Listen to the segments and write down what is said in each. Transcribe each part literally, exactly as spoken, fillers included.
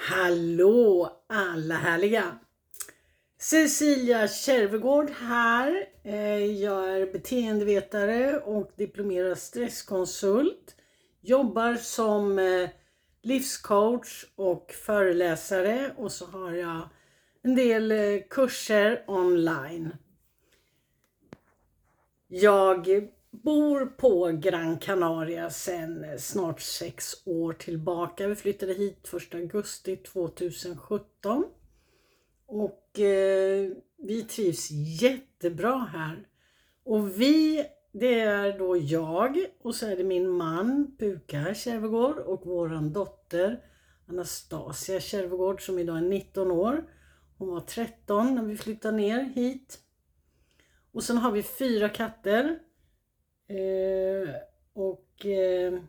Hallå alla härliga! Cecilia Kärvegård här. Jag är beteendevetare och diplomerad stresskonsult. Jobbar som livscoach och föreläsare och så har jag en del kurser online. Jag bor på Gran Canaria sedan snart sex år tillbaka. Vi flyttade hit första augusti tjugohundrasjutton. Och eh, vi trivs jättebra här. Och vi, det är då jag och så är det min man Puka Kärvegård och våran dotter Anastasia Kärvegård som idag är nitton år. Hon var tretton när vi flyttade ner hit. Och sen har vi fyra katter. Eh, och eh,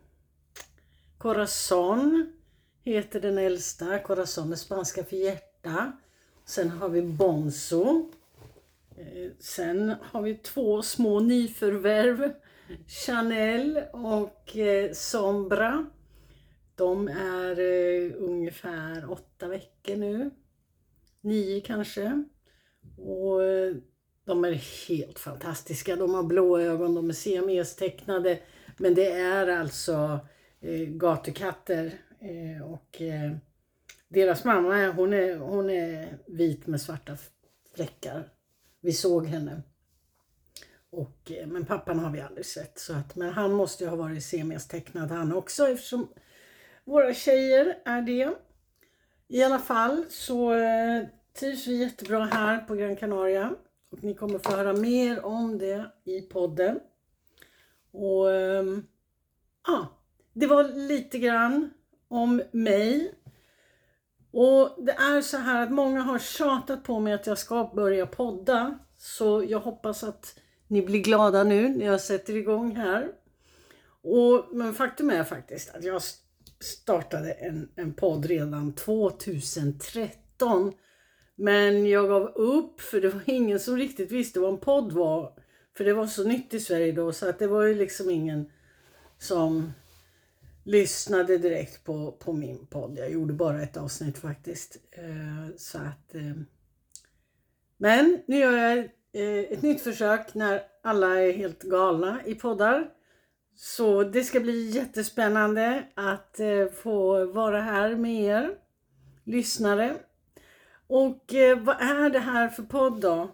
Corazon heter den äldsta. Corazon är spanska för hjärta. Sen har vi Bonzo. Eh, sen har vi två små nyförvärv. Chanel och eh, Sombra. De är eh, ungefär åtta veckor nu. Nio kanske. Och eh, de är helt fantastiska. De har blå ögon, de är siamestecknade. Men det är alltså eh, gatukatter. Eh, och eh, deras mamma, hon är, hon är vit med svarta fläckar. Vi såg henne. Och, eh, men pappan har vi aldrig sett. Så att, men han måste ju ha varit siamestecknad han också. Eftersom våra tjejer är det. I alla fall så eh, trivs vi jättebra här på Gran Canaria. Och ni kommer få höra mer om det i podden. Och ähm, ja, det var lite grann om mig. Och det är så här att många har tjatat på mig att jag ska börja podda. Så jag hoppas att ni blir glada nu när jag sätter igång här. Och, men faktum är faktiskt att jag startade en, en podd redan tjugotretton. Men jag gav upp för det var ingen som riktigt visste vad en podd var. För det var så nytt i Sverige då så att det var ju liksom ingen som lyssnade direkt på, på min podd. Jag gjorde bara ett avsnitt faktiskt. Eh, så att, eh. Men nu gör jag eh, ett nytt försök när alla är helt galna i poddar. Så det ska bli jättespännande att eh, få vara här med er lyssnare. Och eh, vad är det här för podd då?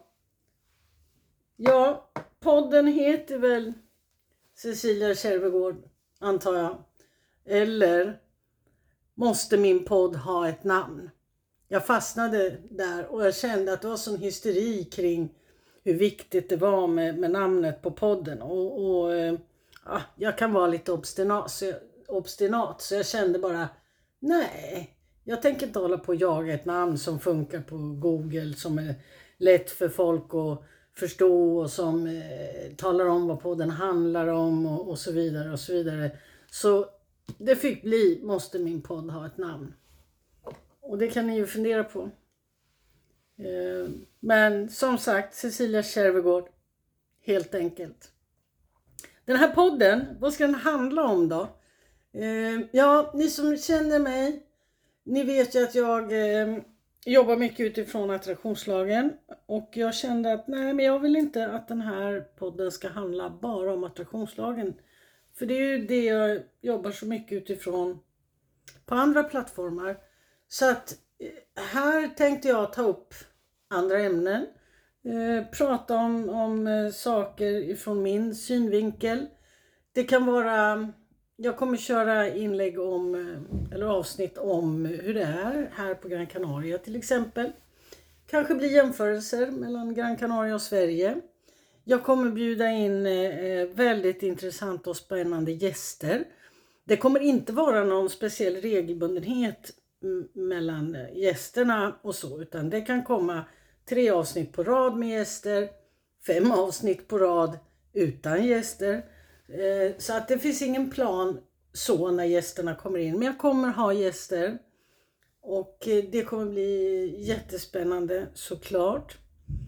Ja, podden heter väl Cecilia Kärvegård, antar jag. Eller måste min podd ha ett namn? Jag fastnade där och jag kände att det var sån hysteri kring hur viktigt det var med, med namnet på podden. Och, och eh, ja, jag kan vara lite obstinat så, jag, obstinat, så jag kände bara, nej. Jag tänker inte hålla på att jaga ett namn som funkar på Google, som är lätt för folk att förstå och som eh, talar om vad podden handlar om och, och så vidare och så vidare. Så det fick bli, måste min podd ha ett namn. Och det kan ni ju fundera på. Eh, men som sagt, Cecilia Kärvegård, helt enkelt. Den här podden, vad ska den handla om då? Eh, ja, ni som känner mig, ni vet ju att jag eh, jobbar mycket utifrån attraktionslagen. Och jag kände att nej, men jag vill inte att den här podden ska handla bara om attraktionslagen. För det är ju det jag jobbar så mycket utifrån på andra plattformar. Så att eh, här tänkte jag ta upp andra ämnen. Eh, prata om, om eh, saker ifrån min synvinkel. Det kan vara... Jag kommer köra inlägg om, eller avsnitt om hur det är här på Gran Canaria till exempel. Kanske blir jämförelser mellan Gran Canaria och Sverige. Jag kommer bjuda in väldigt intressanta och spännande gäster. Det kommer inte vara någon speciell regelbundenhet mellan gästerna och så. Utan det kan komma tre avsnitt på rad med gäster. Fem avsnitt på rad utan gäster. Så att det finns ingen plan så när gästerna kommer in. Men jag kommer ha gäster. Och det kommer bli jättespännande såklart.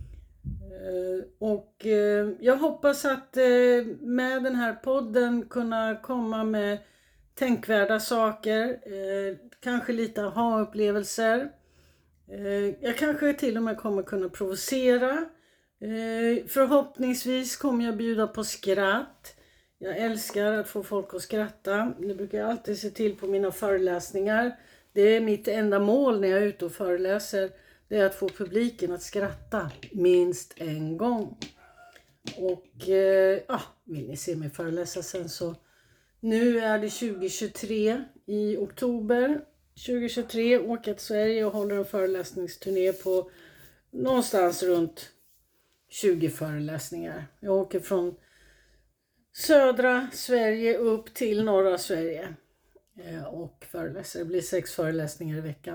Och jag hoppas att med den här podden kunna komma med tänkvärda saker. kanske lite aha-upplevelser. Jag kanske till och med kommer kunna provocera. Förhoppningsvis kommer jag bjuda på skratt. Jag älskar att få folk att skratta. Det brukar jag alltid se till på mina föreläsningar. Det är mitt enda mål när jag är ute och föreläser. Det är att få publiken att skratta minst en gång. Och eh, ja, vill ni se mig föreläsa sen så. Nu är det tjugo tjugotre i oktober. tjugo tjugotre åker jag till Sverige och håller en föreläsningsturné på någonstans runt tjugo föreläsningar. Jag åker från södra Sverige upp till norra Sverige och föreläser. Det blir sex föreläsningar i veckan.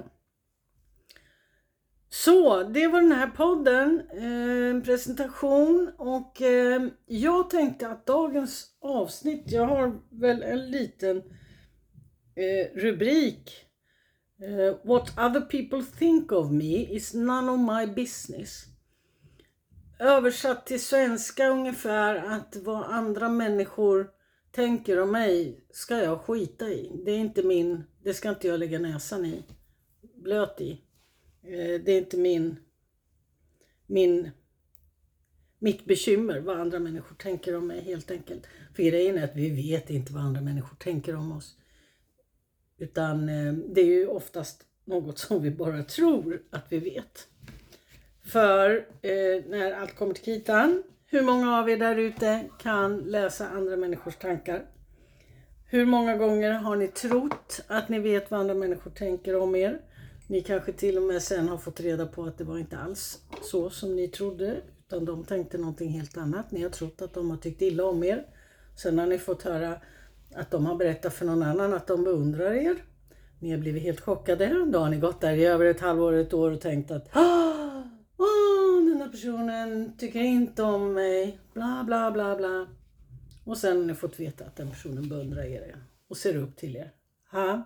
Så, det var den här podden, en presentation, och eh, jag tänkte att dagens avsnitt, jag har väl en liten eh, rubrik. Uh, what other people think of me is none of my business. Översatt till svenska ungefär att vad andra människor tänker om mig ska jag skita i. Det är inte min, det ska inte jag lägga näsan i, blöt i. Uh, det är inte min, min, mitt bekymmer vad andra människor tänker om mig helt enkelt. För grejen är att vi vet inte vad andra människor tänker om oss. Utan eh, det är ju oftast något som vi bara tror att vi vet. För eh, när allt kommer till kritan, hur många av er där ute kan läsa andra människors tankar? Hur många gånger har ni trott att ni vet vad andra människor tänker om er? Ni kanske till och med sen har fått reda på att det var inte alls så som ni trodde. Utan de tänkte någonting helt annat. Ni har trott att de har tyckt illa om er. Sen har ni fått höra att de har berättat för någon annan att de beundrar er. Ni har blivit helt chockade. Då har ni gått där i över ett halvår, ett år och tänkt att åh, den här personen tycker inte om mig. Bla bla bla bla. Och sen har ni fått veta att den personen beundrar er och ser upp till er. Ha?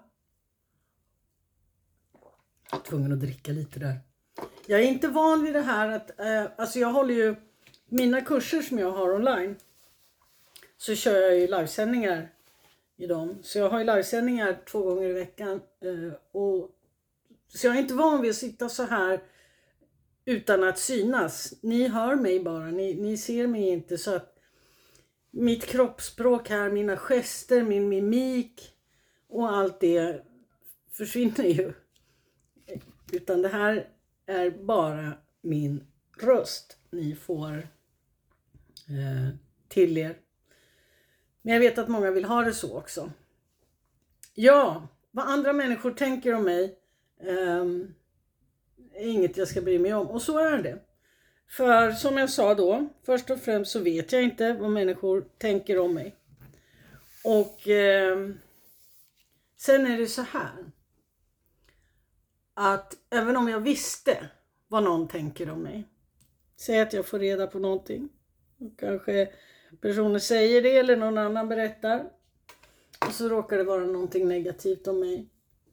Jag är tvungen att dricka lite där. Jag är inte van vid det här att, eh, alltså jag håller ju mina kurser som jag har online. Så kör jag ju livesändningar i dem. Så jag har ju livesändningar två gånger i veckan. Eh, och, så jag är inte van vid att sitta så här utan att synas. Ni hör mig bara, ni, ni ser mig inte, så att mitt kroppsspråk här, mina gester, min mimik och allt det försvinner ju. Utan det här är bara min röst ni får eh, till er. Men jag vet att många vill ha det så också. Ja, vad andra människor tänker om mig eh, är inget jag ska bry mig om. Och så är det. För som jag sa då, först och främst så vet jag inte vad människor tänker om mig. Och eh, sen är det så här. Att även om jag visste vad någon tänker om mig. Säg att jag får reda på någonting. Kanske personer säger det eller någon annan berättar. Och så råkar det vara någonting negativt om mig.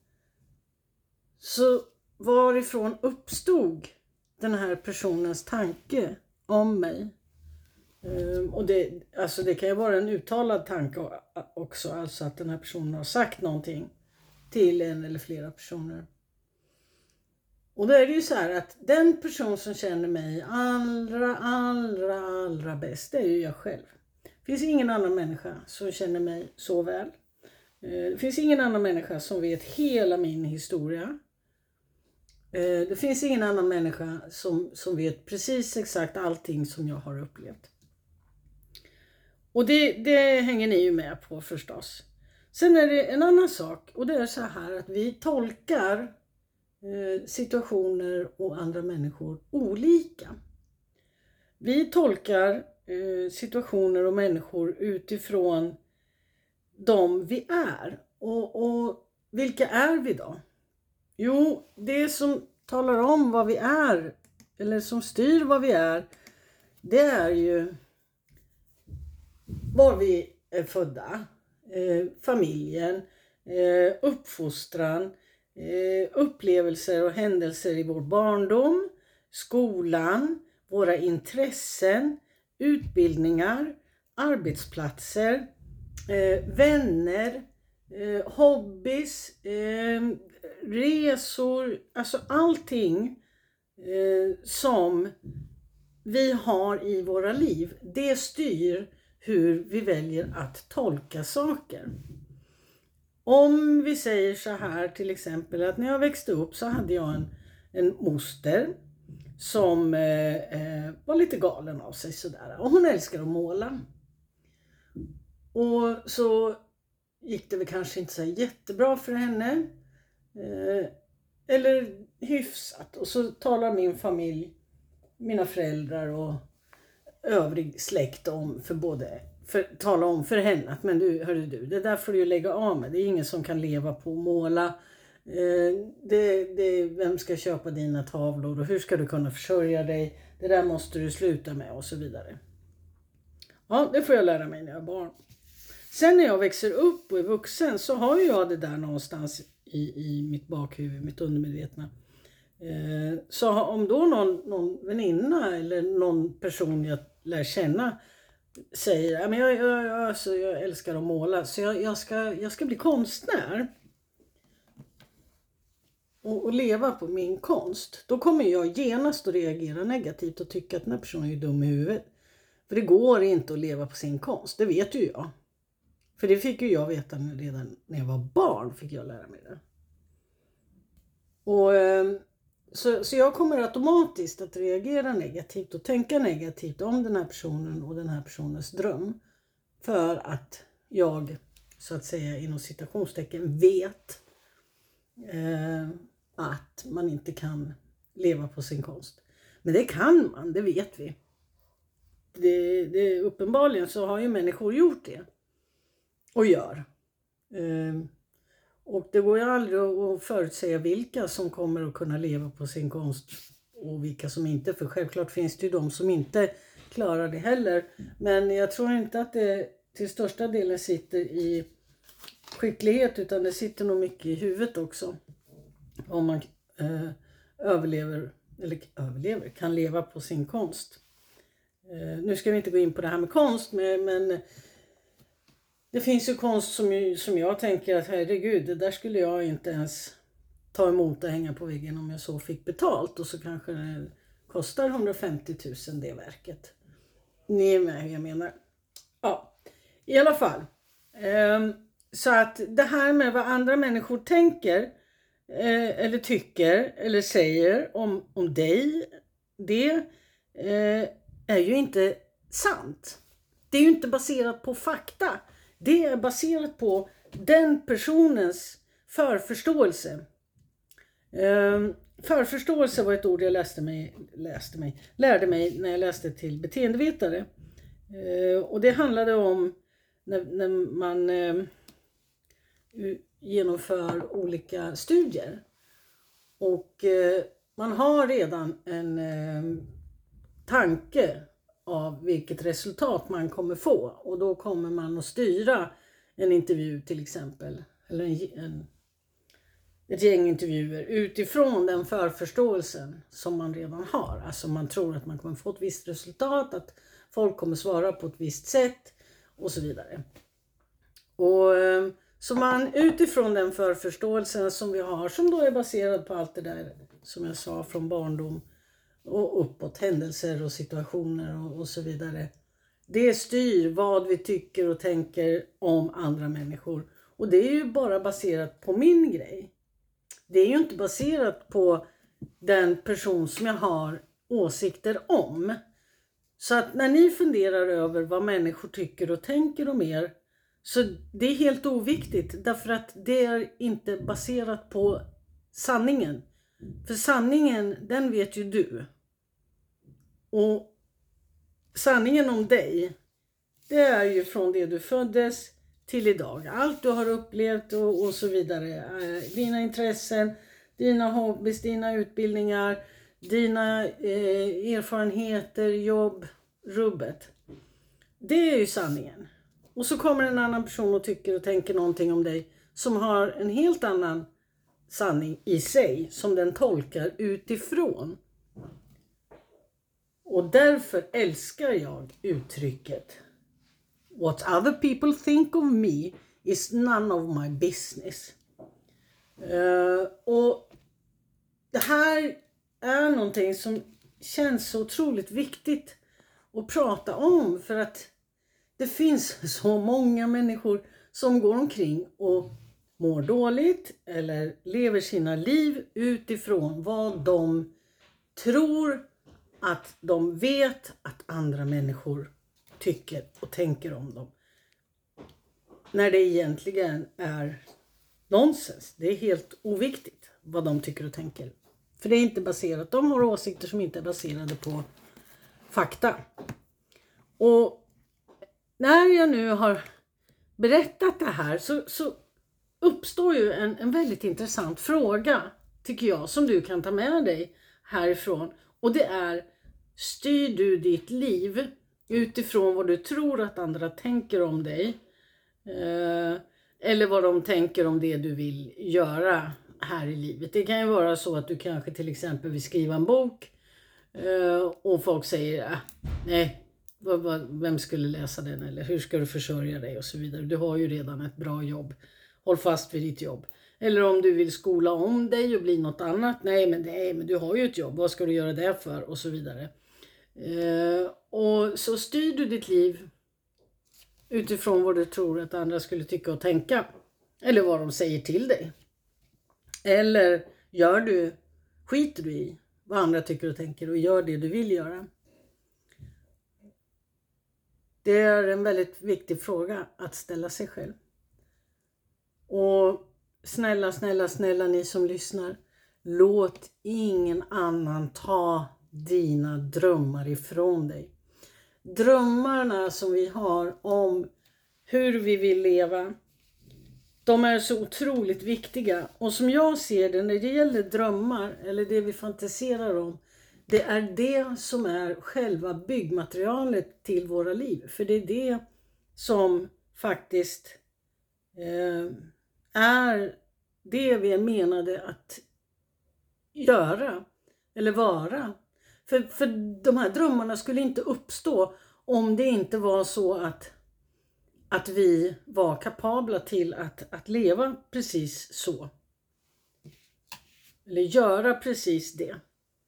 Så varifrån uppstod den här personens tanke om mig? Um, och det, alltså det kan ju vara en uttalad tanke också. Alltså att den här personen har sagt någonting till en eller flera personer. Och då är det ju så här att den person som känner mig allra, allra, allra bäst, det är ju jag själv. Det finns ingen annan människa som känner mig så väl. Det finns ingen annan människa som vet hela min historia. Det finns ingen annan människa som, som vet precis exakt allting som jag har upplevt. Och det, det hänger ni ju med på förstås. Sen är det en annan sak, och det är så här att vi tolkar situationer och andra människor olika. Vi tolkar eh, situationer och människor utifrån de vi är. Och, och vilka är vi då? Jo, det som talar om vad vi är, eller som styr vad vi är, det är ju var vi är födda, eh, familjen, eh, uppfostran, Eh, upplevelser och händelser i vår barndom, skolan, våra intressen, utbildningar, arbetsplatser, eh, vänner, eh, hobbys, eh, resor, alltså allting eh, som vi har i våra liv, det styr hur vi väljer att tolka saker. Om vi säger så här till exempel, att när jag växte upp så hade jag en, en moster som eh, eh, var lite galen av sig sådär. Och hon älskar att måla. Och så gick det väl kanske inte så jättebra för henne. Eh, eller hyfsat. Och så talar min familj, mina föräldrar och övrig släkt om för både, för, tala om för henne att men du, hörru du, det där får du ju lägga av med. Det är ingen som kan leva på att måla. Eh, det, det, vem ska köpa dina tavlor och hur ska du kunna försörja dig? Det där måste du sluta med och så vidare. Ja, det får jag lära mig när jag är barn. Sen när jag växer upp och är vuxen så har jag det där någonstans i, i mitt bakhuvud, mitt undermedvetna. Eh, så om då någon, någon väninna eller någon person jag lär känna säger att jag, jag, jag, alltså, jag älskar att måla så jag, jag, ska, jag ska bli konstnär och, och leva på min konst. Då kommer jag genast att reagera negativt och tycka att den här personen är dum i huvudet. För det går inte att leva på sin konst, det vet ju jag. För det fick ju jag veta redan när jag var barn, fick jag lära mig det. Och, så, så jag kommer automatiskt att reagera negativt och tänka negativt om den här personen och den här personens dröm. För att jag, så att säga inom citationstecken, vet eh, att man inte kan leva på sin konst. Men det kan man, det vet vi. Det, det, uppenbarligen så har ju människor gjort det. Och gör. Eh, och det går ju aldrig att förutsäga vilka som kommer att kunna leva på sin konst. Och vilka som inte. För självklart finns det ju de som inte klarar det heller. Men jag tror inte att det till största delen sitter i skicklighet. Utan det sitter nog mycket i huvudet också. Om man eh, överlever, eller överlever, kan leva på sin konst. Eh, nu ska vi inte gå in på det här med konst. Men... men det finns ju konst som, som jag tänker att herregud, det där skulle jag inte ens ta emot och hänga på väggen om jag så fick betalt. Och så kanske det kostar hundrafemtio tusen det verket. Ni är med hur jag menar. Ja, i alla fall. Eh, så att det här med vad andra människor tänker eh, eller tycker eller säger om, om dig. Det eh, är ju inte sant. Det är ju inte baserat på fakta. Det är baserat på den personens förförståelse. Um, förförståelse var ett ord jag läste mig, läste mig, lärde mig när jag läste till beteendevetare. Uh, och det handlade om när, när man uh, genomför olika studier. Och uh, man har redan en uh, tanke av vilket resultat man kommer få. Och då kommer man att styra en intervju till exempel. Eller en, en, ett gäng intervjuer utifrån den förförståelsen som man redan har. Alltså man tror att man kommer få ett visst resultat. Att folk kommer svara på ett visst sätt. Och så vidare. Och så man utifrån den förförståelsen som vi har. Som då är baserad på allt det där som jag sa från barndom. Och uppåt, händelser och situationer och, och så vidare. Det styr vad vi tycker och tänker om andra människor. Och det är ju bara baserat på min grej. Det är ju inte baserat på den person som jag har åsikter om. Så att när ni funderar över vad människor tycker och tänker om er. Så det är helt oviktigt. Därför att det är inte baserat på sanningen. För sanningen, den vet ju du. Och sanningen om dig, det är ju från det du föddes till idag. Allt du har upplevt och, och så vidare. Dina intressen, dina hobbys, dina utbildningar, dina eh, erfarenheter, jobb, rubbet. Det är ju sanningen. Och så kommer en annan person och tycker och tänker någonting om dig som har en helt annan sanning i sig som den tolkar utifrån. Och därför älskar jag uttrycket What other people think of me is none of my business. Uh, och det här är någonting som känns så otroligt viktigt att prata om, för att det finns så många människor som går omkring och mår dåligt eller lever sina liv utifrån vad de tror att de vet att andra människor tycker och tänker om dem. När det egentligen är nonsens. Det är helt oviktigt vad de tycker och tänker. För det är inte baserat. De har åsikter som inte är baserade på fakta. Och när jag nu har berättat det här så, så uppstår ju en, en väldigt intressant fråga, tycker jag, som du kan ta med dig härifrån. Och det är: styr du ditt liv utifrån vad du tror att andra tänker om dig? Eh, eller vad de tänker om det du vill göra här i livet. Det kan ju vara så att du kanske till exempel vill skriva en bok. Eh, och folk säger: äh, nej, vad, vad, vem skulle läsa den? Eller hur ska du försörja dig? Och så vidare. Du har ju redan ett bra jobb. Håll fast vid ditt jobb. Eller om du vill skola om dig och bli något annat. Nej men, nej, men du har ju ett jobb. Vad ska du göra det för? Och så vidare. Eh, och så styr du ditt liv utifrån vad du tror att andra skulle tycka och tänka. Eller vad de säger till dig. Eller gör du, skiter du i vad andra tycker och tänker och gör det du vill göra. Det är en väldigt viktig fråga att ställa sig själv. Och snälla, snälla, snälla ni som lyssnar. Låt ingen annan ta dina drömmar ifrån dig. Drömmarna som vi har om hur vi vill leva, de är så otroligt viktiga. Och som jag ser det, när det gäller drömmar eller det vi fantiserar om, det är det som är själva byggmaterialet till våra liv. För det är det som faktiskt eh, är det vi är menade att göra eller vara. För, för de här drömmarna skulle inte uppstå om det inte var så att, att vi var kapabla till att, att leva precis så. Eller göra precis det.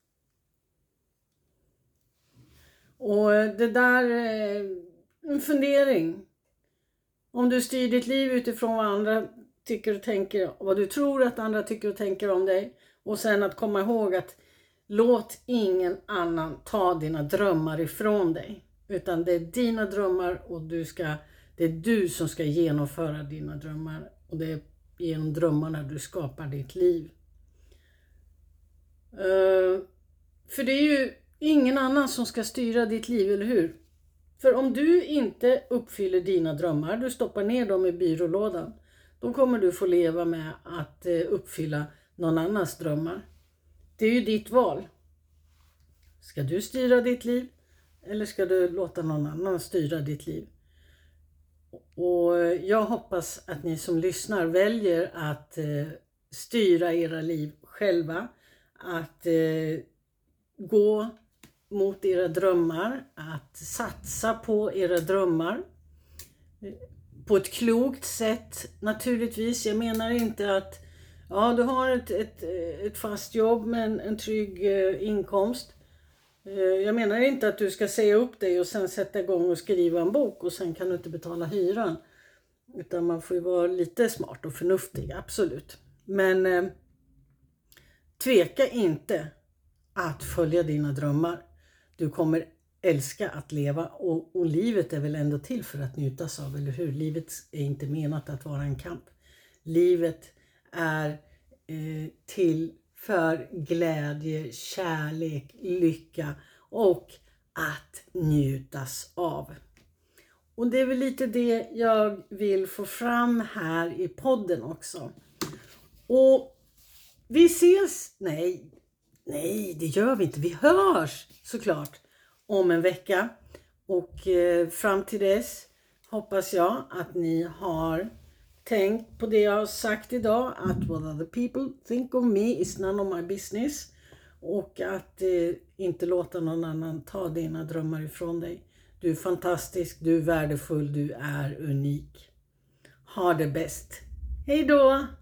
Och det där är en fundering. Om du styr ditt liv utifrån vad andra tycker och tänker, vad du tror att andra tycker och tänker om dig. Och sen att komma ihåg att låt ingen annan ta dina drömmar ifrån dig. Utan det är dina drömmar och du ska, det är du som ska genomföra dina drömmar. Och det är genom drömmarna du skapar ditt liv. Uh, för det är ju ingen annan som ska styra ditt liv, eller hur? För om du inte uppfyller dina drömmar, du stoppar ner dem i byrålådan, då kommer du få leva med att uppfylla någon annans drömmar. Det är ju ditt val. Ska du styra ditt liv eller ska du låta någon annan styra ditt liv? Och jag hoppas att ni som lyssnar väljer att styra era liv själva. Att gå mot era drömmar. Att satsa på era drömmar. På ett klokt sätt naturligtvis. Jag menar inte att ja, du har ett, ett, ett fast jobb med en, en trygg eh, inkomst. Eh, jag menar inte att du ska säga upp dig och sen sätta igång och skriva en bok och sen kan du inte betala hyran. Utan man får ju vara lite smart och förnuftig, absolut. Men eh, tveka inte att följa dina drömmar. Du kommer älska att leva och, och livet är väl ändå till för att njutas av, eller hur? Livet är inte menat att vara en kamp. Livet är eh, till för glädje, kärlek, lycka och att njutas av. Och det är väl lite det jag vill få fram här i podden också. Och vi ses, nej, nej det gör vi inte, vi hörs såklart om en vecka. Och eh, fram till dess hoppas jag att ni har tänkt på det jag har sagt idag. Att what other people think of me is none of my business. Och att eh, inte låta någon annan ta dina drömmar ifrån dig. Du är fantastisk, du är värdefull, du är unik. Ha det bäst. Hej då!